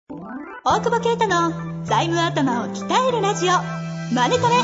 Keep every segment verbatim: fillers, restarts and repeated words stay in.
大久保啓太の財務頭を鍛えるラジオマネトレ。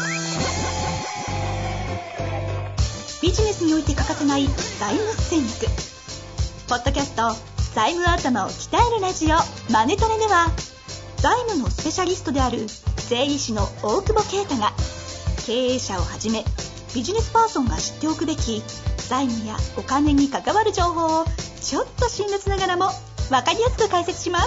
ビジネスにおいて欠かせない財務戦略。ポッドキャスト財務頭を鍛えるラジオマネトレでは、財務のスペシャリストである税理士の大久保啓太が、経営者をはじめビジネスパーソンが知っておくべき財務やお金に関わる情報をちょっと辛辣ながらも分かりやすく解説します。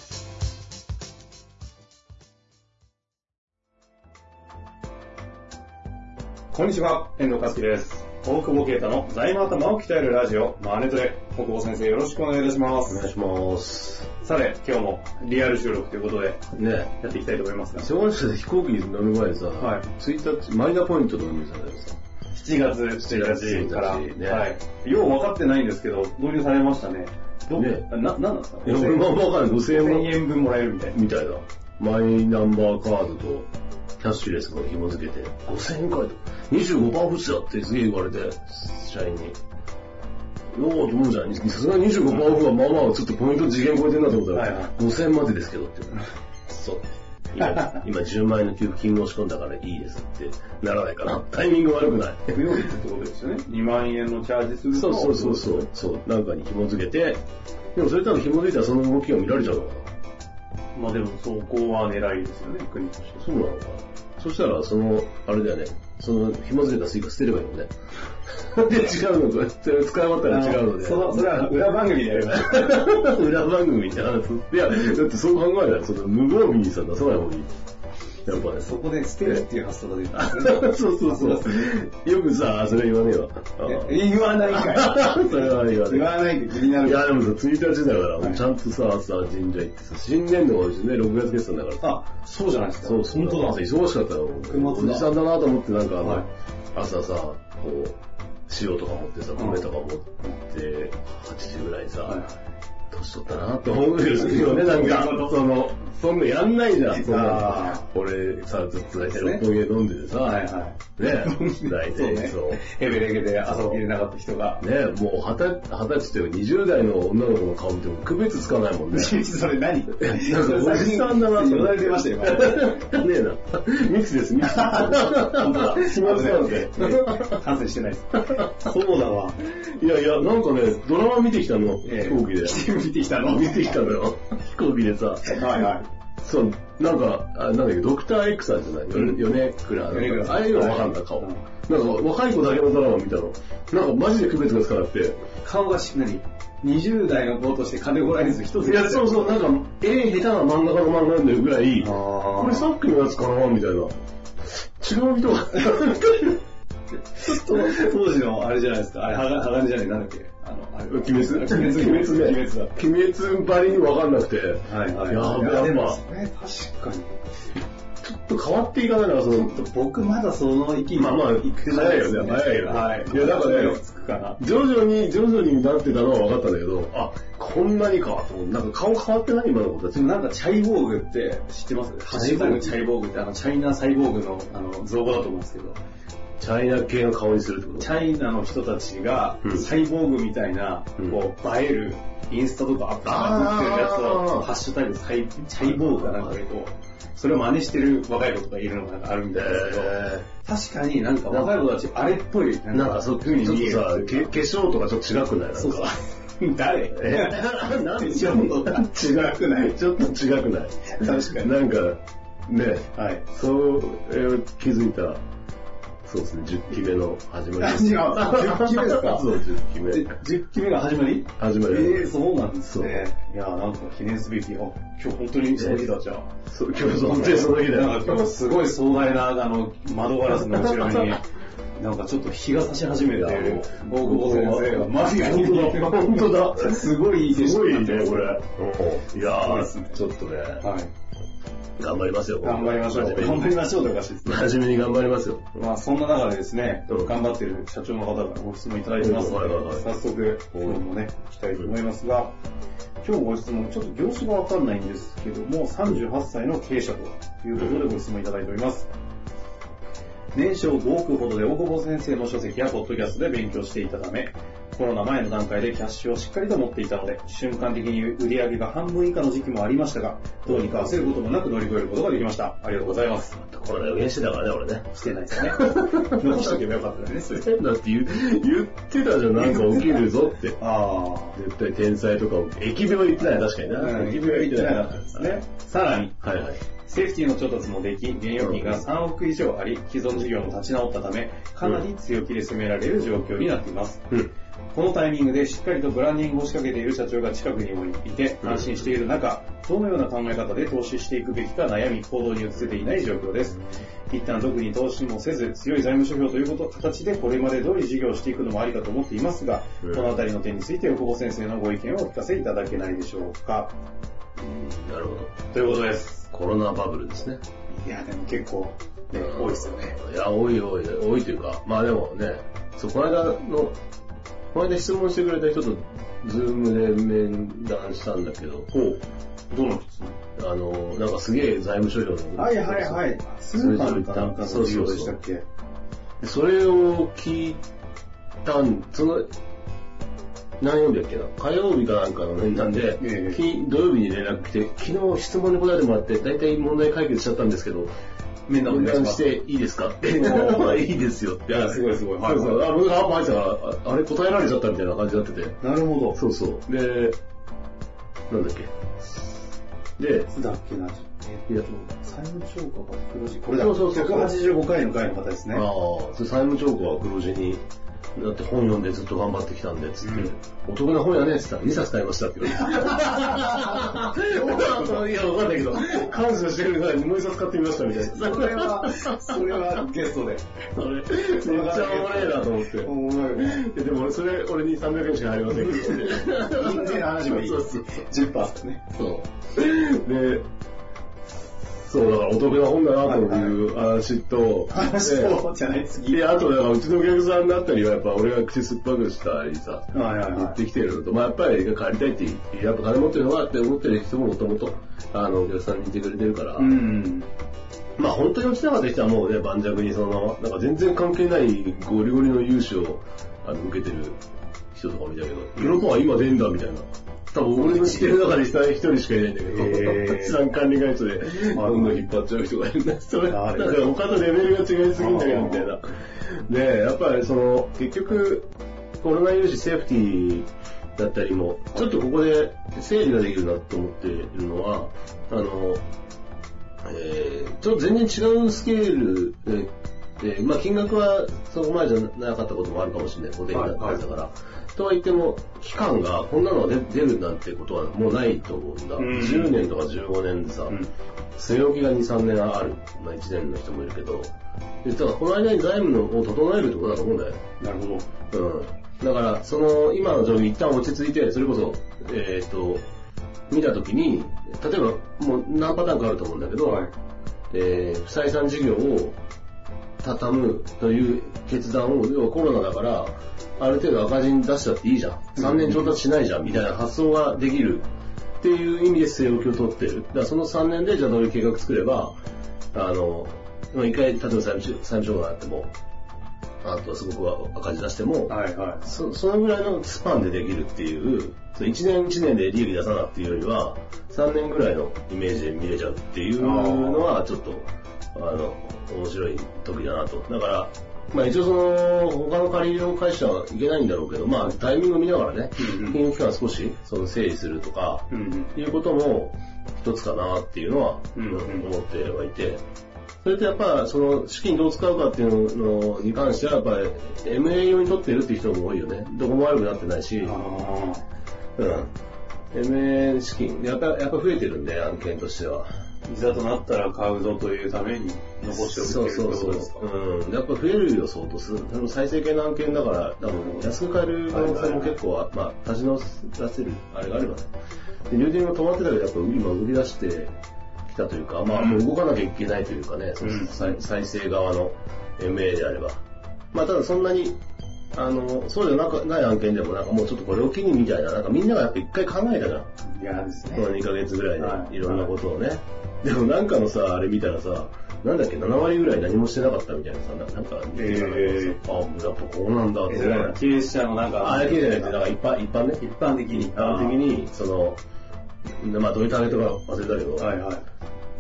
こんにちは、遠藤和樹です。大久保啓太の財務頭を鍛えるラジオマネトレ。大久保先生、よろしくお願いいたします。 お願いします。 さて、今日もリアル収録ということでね、 やっていきたいと思いますが、 忙しくて飛行機に乗る前にさ、 はい、 ついたちマイナポイントとか見るじゃないですか。 しちがつついたちから、 ね、 はい、よう分かってないんですけど導入されましたね。どね、な、なんなんですか？ いや、俺も分かんない。ごせんえんぶんもらえるみたいな。 みたいな。マイナンバーカードとキャッシュレスの紐付けてごせんえんかいと にじゅうごパーセント オフだってすげえ言われて、社員に。おーと思うじゃん。さすがに にじゅうごパーセント オフはまあまあちょっとポイント次元超えてんなと思ったら、はいはい、ごせんえんまでですけどって言う。そう。今, 今じゅうまんえんの給付金申し込んだからいいですってならないかな。タイミング悪くない。 不要率ってことですよね。にまんえんのチャージすると。 そうそうそうそう。そう。なんかに紐付けて、でもそれ多分紐付いたらその動きが見られちゃうのかな。 まあでもそこは狙いですよね、国として。 そうなのかな。そしたらその、あれだよね。その紐付けたスイカ捨てればいいのね。で、違うのと、使い終わったら違うので。 その、それは裏番組でやりましょう。裏番組って話す。いや、だってそう考えたら、その無防備にさ、出さない方がいい。やっぱね。 そこで捨てるっていう発想が出たんですね。 そうそうそう。よくさ、それ言わねえわ。 言わないかい。 それは言わない。 言わないで気になる。 いや、でもさ、ついたちだから、はい、ちゃんとさ、朝神社行ってさ、新年度が多いしね、ろくがつ決算だから。 あ、そうじゃないですか。 そうそう。 本当だ。 朝忙しかったよ。おじさんだなと思って、なんか、はい、朝さ、こう、塩とか持ってさ、米とか持って、はちじぐらいにさ、はい、年取ったなって思うよね、なんか、その、そんなやんないじゃん、そんな。俺さ、ずっと大体六本木で飲んでてさ、はいはい、ね、大体そう。 ヘベレケで朝起きれなかった人が。 ね、もう二十歳というかにじゅう代の女の子の顔見ても区別つかないもんね。 それ何？なんかおじさんだなって言われてましたよ、今。 ねえな。ミスです、ミス。本当だ。しまったので。 反省してないです。そうだわ。 いやいや、なんかね、ドラマ見てきたの、飛行機で。 見てきたの見てきたのよ。飛行機でさ。 はいはい。 そう、なんか、あなんだっけ、ドクター X さんじゃない、うん、米倉。ああいうのわかんない顔。うん、なんか若い子だけのドラマ見たの。なんかマジで区別がつかなくて。 顔がし、何にじゅう代の子として金をもらえず一つ。 いや、そうそう、なんか、えー、下手な漫画家の漫画読んでるぐらい、これさっきのやつかなみたいな。違う人が。 当時のあれじゃないですか。あれ、鋼じゃない、なんだっけ。あの、あれ。 鬼滅鬼滅鬼滅ね。 鬼滅だ。鬼滅ばりに分かんなくて。 はいはい。 やべえ、 でも、それ確かに。 ちょっと変わっていかないのが、その、 僕まだその域に。 まあまあ、行く早いよね、早いよね。はい。いや、なんかね、徐々に、徐々になってたのは分かったんだけど、あ、こんなにか、と思って、なんか顔変わってない今の子たち。 なんかチャイボーグって知ってますハッシュタグチャイボーグって、あの、チャイナサイボーグの、あの、造語だと思うんですけど。 チャイナ系の顔にするってこと？ チャイナの人たちが、サイボーグみたいな、うん、こう、映える、インスタとかアップが売ってるやつを、ハッシュタグサイ、チャイボーグかなんかでこう、それを真似してる若い子とかいるのがあるみたいですけど、確かになんか若い子たちあれっぽい、 なんかそういう風に見える。ちょっとさ、化粧とかちょっと違くない？なんかそうそう。誰？ えなんでちょっと違くない？ ちょっと違くない？ 確かに。 なんか、ね、 はい。 そう、えー、気づいた。そうですね、じゅっきめの始まりです。 じゅっきめですか？ そう、じゅっきめ。 じゅっきめが始まり？ 始まり。 ええー、そうなんですね。いや、なんか記念すべき。あ、今日本当にその日だ、じゃあ。 そう、今日本当にその日だよ。 なんか今日すごい壮大な、あの、窓ガラスの後ろに、なんかちょっと日が差し始めている大久保先生がマジが本当だ、本当だ。 すごいいい景色になってます。 すごいね、これ。いやー、ちょっとね。はい。頑張りますよ。 頑張りましょう。頑張りましょうとおかしいですね。 真面目に頑張りますよ。 まあそんな中でですね、うん、頑張ってる社長の方からご質問いただいてますので、うん、早速今日もね、聞きたいと思いますが、今日ご質問、ちょっと業種がわかんないんですけども、さんじゅうはっさいの経営者ということでご質問いただいております。年商ごおくほどで大久保先生の書籍やポッドキャストで勉強していたため、 コロナ前の段階でキャッシュをしっかりと持っていたので、瞬間的に売り上げが半分以下の時期もありましたが、どうにか焦ることもなく乗り越えることができました。ありがとうございます。 コロナ予言してたからね、俺ね。 してないですね。残しとけばよかったね。それだって言, 言ってたじゃん、なんか起きるぞって。 ああ。 絶対天災とか、疫病は言ってない、確かにな。 うん、疫病は言ってなかったですね。さらに、 はいはい。 セーフティーの調達もでき、現預金がさんおく以上あり、既存事業も立ち直ったため、かなり強気で攻められる状況になっています。うん、このタイミングでしっかりとブランディングを仕掛けている社長が近くにもいて、安心している中、どのような考え方で投資していくべきか悩み、行動に移せていない状況です。一旦特に投資もせず、強い財務諸表ということ形でこれまで通り事業をしていくのもありかと思っていますが、うん、このあたりの点について横尾先生のご意見をお聞かせいただけないでしょうか。 うん、なるほど。 ということです。 コロナバブルですね。 いや、でも結構、ね、多いですよね。 いや、多い多い、多いというか、まあでもね、そう、この間の、この間質問してくれた人と、ズームで面談したんだけど、 ほう。どの質問？ あの、なんかすげえ財務諸表の。 はいはいはい。スーパーかなんかの事業でしたっけ？ それを聞いたん、その、何曜日だっけな、火曜日かなんかの面談で、ええ、土曜日に連絡来て、昨日質問に答えてもらって、大体問題解決しちゃったんですけど、面談していいですかって。いいですよって。 すごいすごい。 そうそう。あ、僕が入ってたから、あれ答えられちゃったみたいな感じになってて。 なるほど。 そうそう。で、なんだっけ。で、 だっけな。えっと、債務超過が黒字。これだ。そうそうそう。ひゃくはちじゅうごかいの回の方ですね。 ああ、それ債務超過は黒字に。だって本読んでずっと頑張ってきたんで、つって。うん、お得な本やねって言ったらにさつ買いましたって言われて。いや、わかんないけど、感謝してくれたらもういっさつ買ってみましたみたいな。 それは、それはゲストで。 それ、めっちゃおもろいなと思って。 おもろいね。 でもそれ、俺にさんびゃくえんしか入りませんけど。 印税の話はいい。そうそう。じゅっパーセント ね。 そう。で、そう、だからお得な本だなという話と、 話と、じゃない次。 で、あと、だからうちのお客さんだったりは、やっぱ俺が口酸っぱくしたりさ、 はいはいはい、 言ってきてるのと、まあやっぱり借りたいって、やっぱ金持ってるのはって思ってる人ももともと、あの、お客さんにいてくれてるから、うん、まあ本当に落ちなかった人はもうね、盤石にその、なんか全然関係ないゴリゴリの融資をあの受けてる人とか見たけど、プロポは今出んだみたいな。多分俺の知ってる中で一人しかいないんだけど、資産管理会社でどんどん引っ張っちゃう人がいるんだ。それ、なんか他とレベルが違いすぎんだけどみたいな。で、やっぱりその、結局、コロナ融資セーフティーだったりも、ちょっとここで整理ができるなと思っているのは、あの、えー、ちょっと全然違うスケールで、でまあ金額はそこまでじゃなかったこともあるかもしれない。ごてんだったから。はいはいとは言っても、期間がこんなのが出るなんてことはもうないと思うんだ。うん、じゅうねんとかじゅうごねんでさ、うん、据え置きがに、さんねんある。まあいちねんの人もいるけど、でただこの間に財務のを整えるってことだと思うんだよ。 なるほど。 うん。だから、その今の状況一旦落ち着いて、それこそ、えっと、見たときに、例えばもう何パターンかあると思うんだけど、はい、えー、不採算事業を畳むという決断を、要はコロナだから、ある程度赤字に出しちゃっていいじゃん。さんねん調達しないじゃん、みたいな発想ができるっていう意味で据え置きを取ってる。だからそのさんねんでじゃあどういう計画作れば、あの、一回、例えば債務超過があっても、あとはすごく赤字出しても、 はいはい、 そ, そのぐらいのスパンでできるっていう、いちねんいちねんで利益出さなっていうよりは、さんねんぐらいのイメージで見れちゃうっていうのは、ちょっと、あの、面白い時だなと。だから、まあ一応その、他の借り入れを返しちゃいけないんだろうけど、まあタイミングを見ながらね、金融機関少しその整理するとか、いうことも一つかなっていうのは思ってはいて、それとやっぱその資金どう使うかっていうのに関してはやっぱり エムエー 用に取ってるっていう人も多いよね。どこも悪くなってないし、うん。エムエー 資金、やっぱ、やっぱ増えてるんで、案件としては。 いざとなったら買うぞというために残しておくっていうことですか。 そうそうそう。うん。やっぱ増えるよ、相当する。でも再生系の案件だから、多分安く買える可能性も結構、まあ、立ち直らせる、あれがあればね。で、入店が止まってたけど、やっぱ今動き出してきたというか、まあ、もう動かなきゃいけないというかね、その再, 再生側の エムエー であれば。まあ、ただそんなに、あの、そうじゃなくない案件でもなんかもうちょっとこれを機にみたいな、なんかみんながやっぱ一回考えたじゃん。 いやですね。 このにかげつぐらいで、いろんなことをね。でもなんかのさ、あれ見たらさ、 なんだっけ、ななわりぐらい何もしてなかったみたいなさ、なんか、えー、あ、やっぱこうなんだって、ね。 経営者のなんか、 あ、経営者じゃなくて、なんか一般、一般ね。 一般的に。 一般的に、その、まあどういうターゲットか忘れたけど、 はいはい。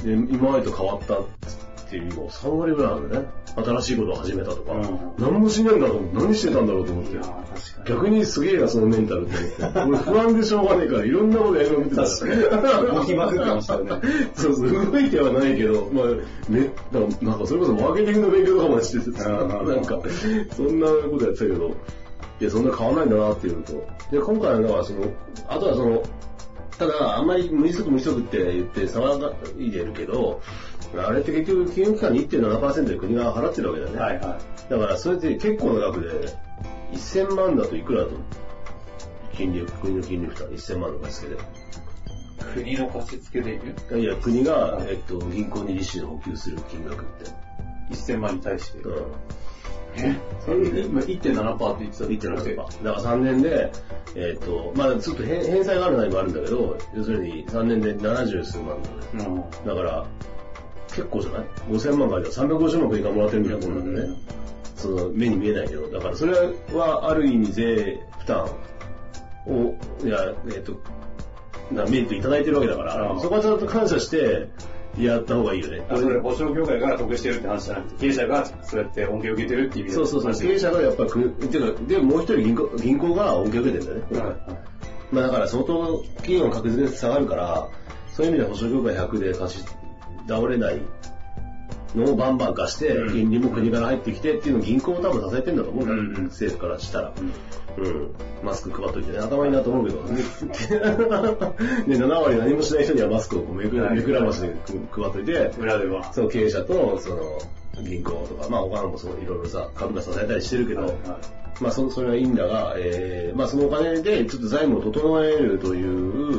で、今までと変わったっていうのさんわりぐらいあるね。新しいことを始めたとか、うん、何もしないんだろう、何してたんだろうと思って。逆にすげえな、そのメンタルって思って。俺不安でしょうがねえから、いろんなことやりまくってたから。 動きまくってましたよね。 そうそう、動いてはないけど、まあ、ね、なんかそれこそマーケティングの勉強とかもしててさ、なんか、そんなことやってたけど、いや、そんな変わらないんだなっていうのと。で、今回はだからその、あとはその、ただ、あんまり無利息無利息って言って騒がいでるけど、あれって結局金融機関に いってんななパーセント で国が払ってるわけだよね。はいはい。だからそれって結構な額で、いっせんまんだといくらだと金利、国の金利負担いっせんまんの貸し付けで。 国の貸し付けでいる？ いや、国が、えっと、銀行に利子を補給する金額って。 いっせんまんに対して。うん。 え今 いってんななパーセント って言ってた。 いってんななパーセント。だからさんねんで、えっと、まあちょっと返済があるのもあるんだけど、要するにさんねんでななじゅうすうまんだね。うん。だから、結構じゃない ?ごせんまんからさんびゃくごじゅうまん国がもらってるみたいなもんなんでね。その目に見えないけど、だからそれはある意味税負担を、いや、えっと、なメリットいただいてるわけだから、そこはちゃんと感謝してやった方がいいよね。 あ、それ保証協会が得してるって話じゃなくて、経営者がそうやって恩恵を受けてるっていう意味で。 そうそうそう、経営者がやっぱり、てか、でももう一人銀行、銀行が恩恵を受けてるんだよね。はい、まあだから相当企業の確実に下がるから、そういう意味で保証協会ひゃくで貸し倒れないのをバンバン貸して、金利も国から入ってきてっていうのを銀行も多分支えてんだと思うんだよ、うんうん、政府からしたら、うんうん。マスク配っといてね、頭いいなと思うけど、ね、ななわり何もしない人にはマスクをめくらましで配っといて、 裏では。 その経営者と、その、銀行とか、まあ他のもそういろいろさ、株が支えたりしてるけど、はいはい、まあそ、それはいいんだが、えー、まあそのお金でちょっと財務を整えるという、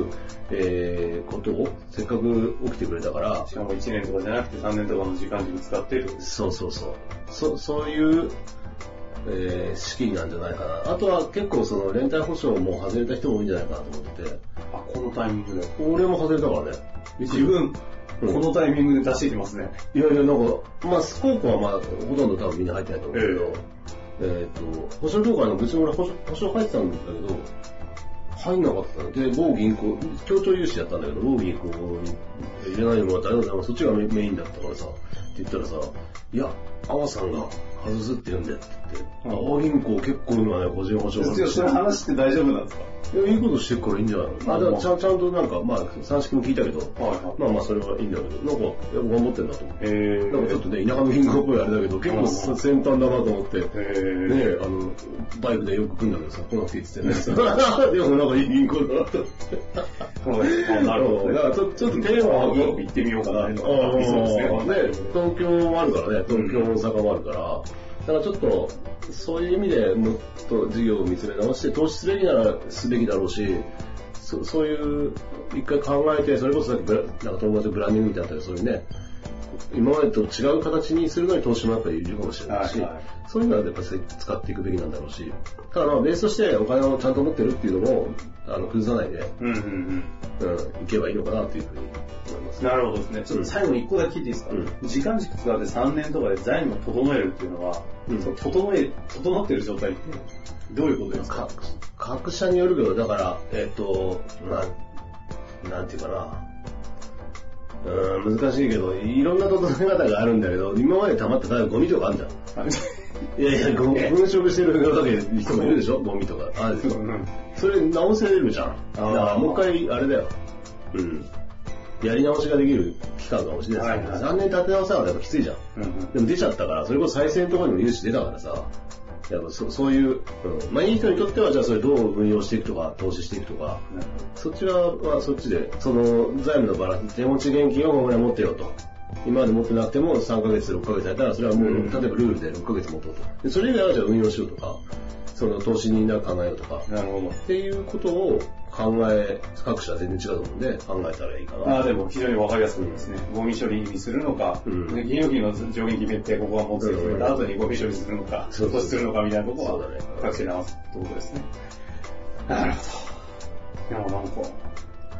えー、ことをせっかく起きてくれたから。 しかもいちねんとかじゃなくてさんねんとかの時間軸使ってる。 そうそうそう。そ、そういう、えー、資金なんじゃないかな。あとは結構その連帯保証も外れた人も多いんじゃないかなと思ってて。 あ、このタイミングで。 俺も外れたからね。 自分、うん、このタイミングで出してきますね。 いやいや、なんか、まあスコープはまあほとんど多分みんな入ってないと思うけど、えー、えー、と、保証協会の別に俺保証、保証入ってたんだけど、入んなかったので、某銀行、協調融資やったんだけど、某銀行に入れないでもらってありがとうございます。そっちがメインだったからさ、って言ったらさ、いや、阿波さんが外すって言うんでって言って、阿波銀行結構今ね、個人保証が。 それ話って大丈夫なんですか？ いや、いいことしてるからいいんじゃないの？あ、だからちゃん、ちゃんとなんか、まあ、算式も聞いたけど、はいはい、まあまあ、それはいいんだけど、なんか、やっぱ頑張ってんだと思って。へなんかちょっとね、田舎の銀行っぽいあれだけど、結構先端だなと思って、ね、あの、バイクでよく来るんだけどさ、来なくていいって言ってね。でもなんかいい銀行だなと思って。なるほど。だからちょっとテーマは行ってみようかな。ああ、ね、 東京もあるからね、東京、大阪もあるから、だからちょっと、そういう意味でもっと事業を見つめ直して、投資すべきならすべきだろうし、そ, そういう、一回考えて、それこそさっきブラ、なんか友達ブランディングみたいなったり、そういうね、今までと違う形にするのに投資もやっぱりいるかもしれないし、はいはい、そういうのはやっぱり使っていくべきなんだろうし、ただまあベースとしてお金をちゃんと持ってるっていうのも、あの、崩さないで、うんうんうん、うん、いけばいいのかなというふうに思います、 ね。なるほどですね。ちょっと最後に一個だけ聞いていいですか、うん、時間軸使ってさんねんとかで財務を整えるっていうのは、うん、その整え、整ってる状態ってどういうことですか？ 各社によるけど、だから、えっと、まあ、なんていうかな、うん、難しいけど、いろんな整え方があるんだけど、今まで溜まったゴミとかあるじゃん。いやいや、分食してるわけの人もいるでしょ、ゴミとか。あるでしょ。それ直せれるじゃん。だからもう一回、あれだよ。うん。やり直しができる期間が欲しいですけど、さんねん立て直さなかったらやっぱきついじゃん。うんうん、でも出ちゃったから、それこそ再生のところにも融資出たからさ、やっぱ そ, そういう、うん、まあいい人にとってはじゃあそれどう運用していくとか、投資していくとか、うん、そっちは、まあそっちで、その財務のバランス、手持ち現金をここに持ってよと。今まで持ってなくてもさんかげつ、ろっかげつやったら、それはもう、うん、例えばルールでろっかげつ持とうと。でそれ以外はじゃあ運用しようとか、その投資になる考えようとか、なるほど。っていうことを考え、各社全然違うと思うんで、考えたらいいかな。 ああ、でも非常にわかりやすいですね。ゴミ処理にするのか、うん、銀行機の上限決めて、ここは持って決めた後にゴミ処理するのか、投資するのかみたいなところは、各社に合わせるってことですね。なるほど。でもなんか、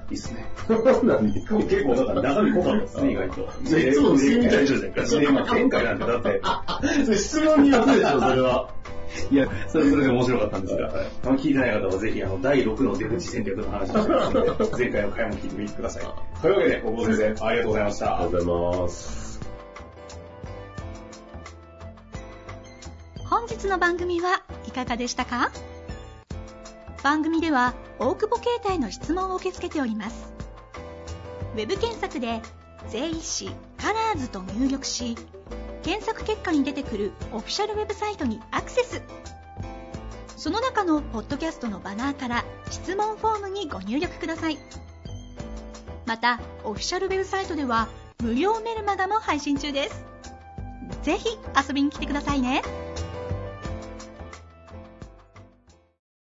いいっすね。 何結構だから中身濃かったですね、意外と。 いつもの睡眠対象じゃんか。 で、まあ前回なんてだって、 それ質問によってでしょ、それは。 いや、それそれで面白かったんですが、あの聞いてない方はぜひあのだいろくの出口戦略の話をしてますので、前回の回も聞いてみてください。というわけで、大久保先生、ありがとうございました。 ありがとうございます。 本日の番組はいかがでしたか？番組では大久保携帯の質問を受け付けております。ウェブ検索で税理士カラーズと入力し、検索結果に出てくるオフィシャルウェブサイトにアクセス。その中のポッドキャストのバナーから質問フォームにご入力ください。またオフィシャルウェブサイトでは無料メルマガも配信中です。ぜひ遊びに来てくださいね。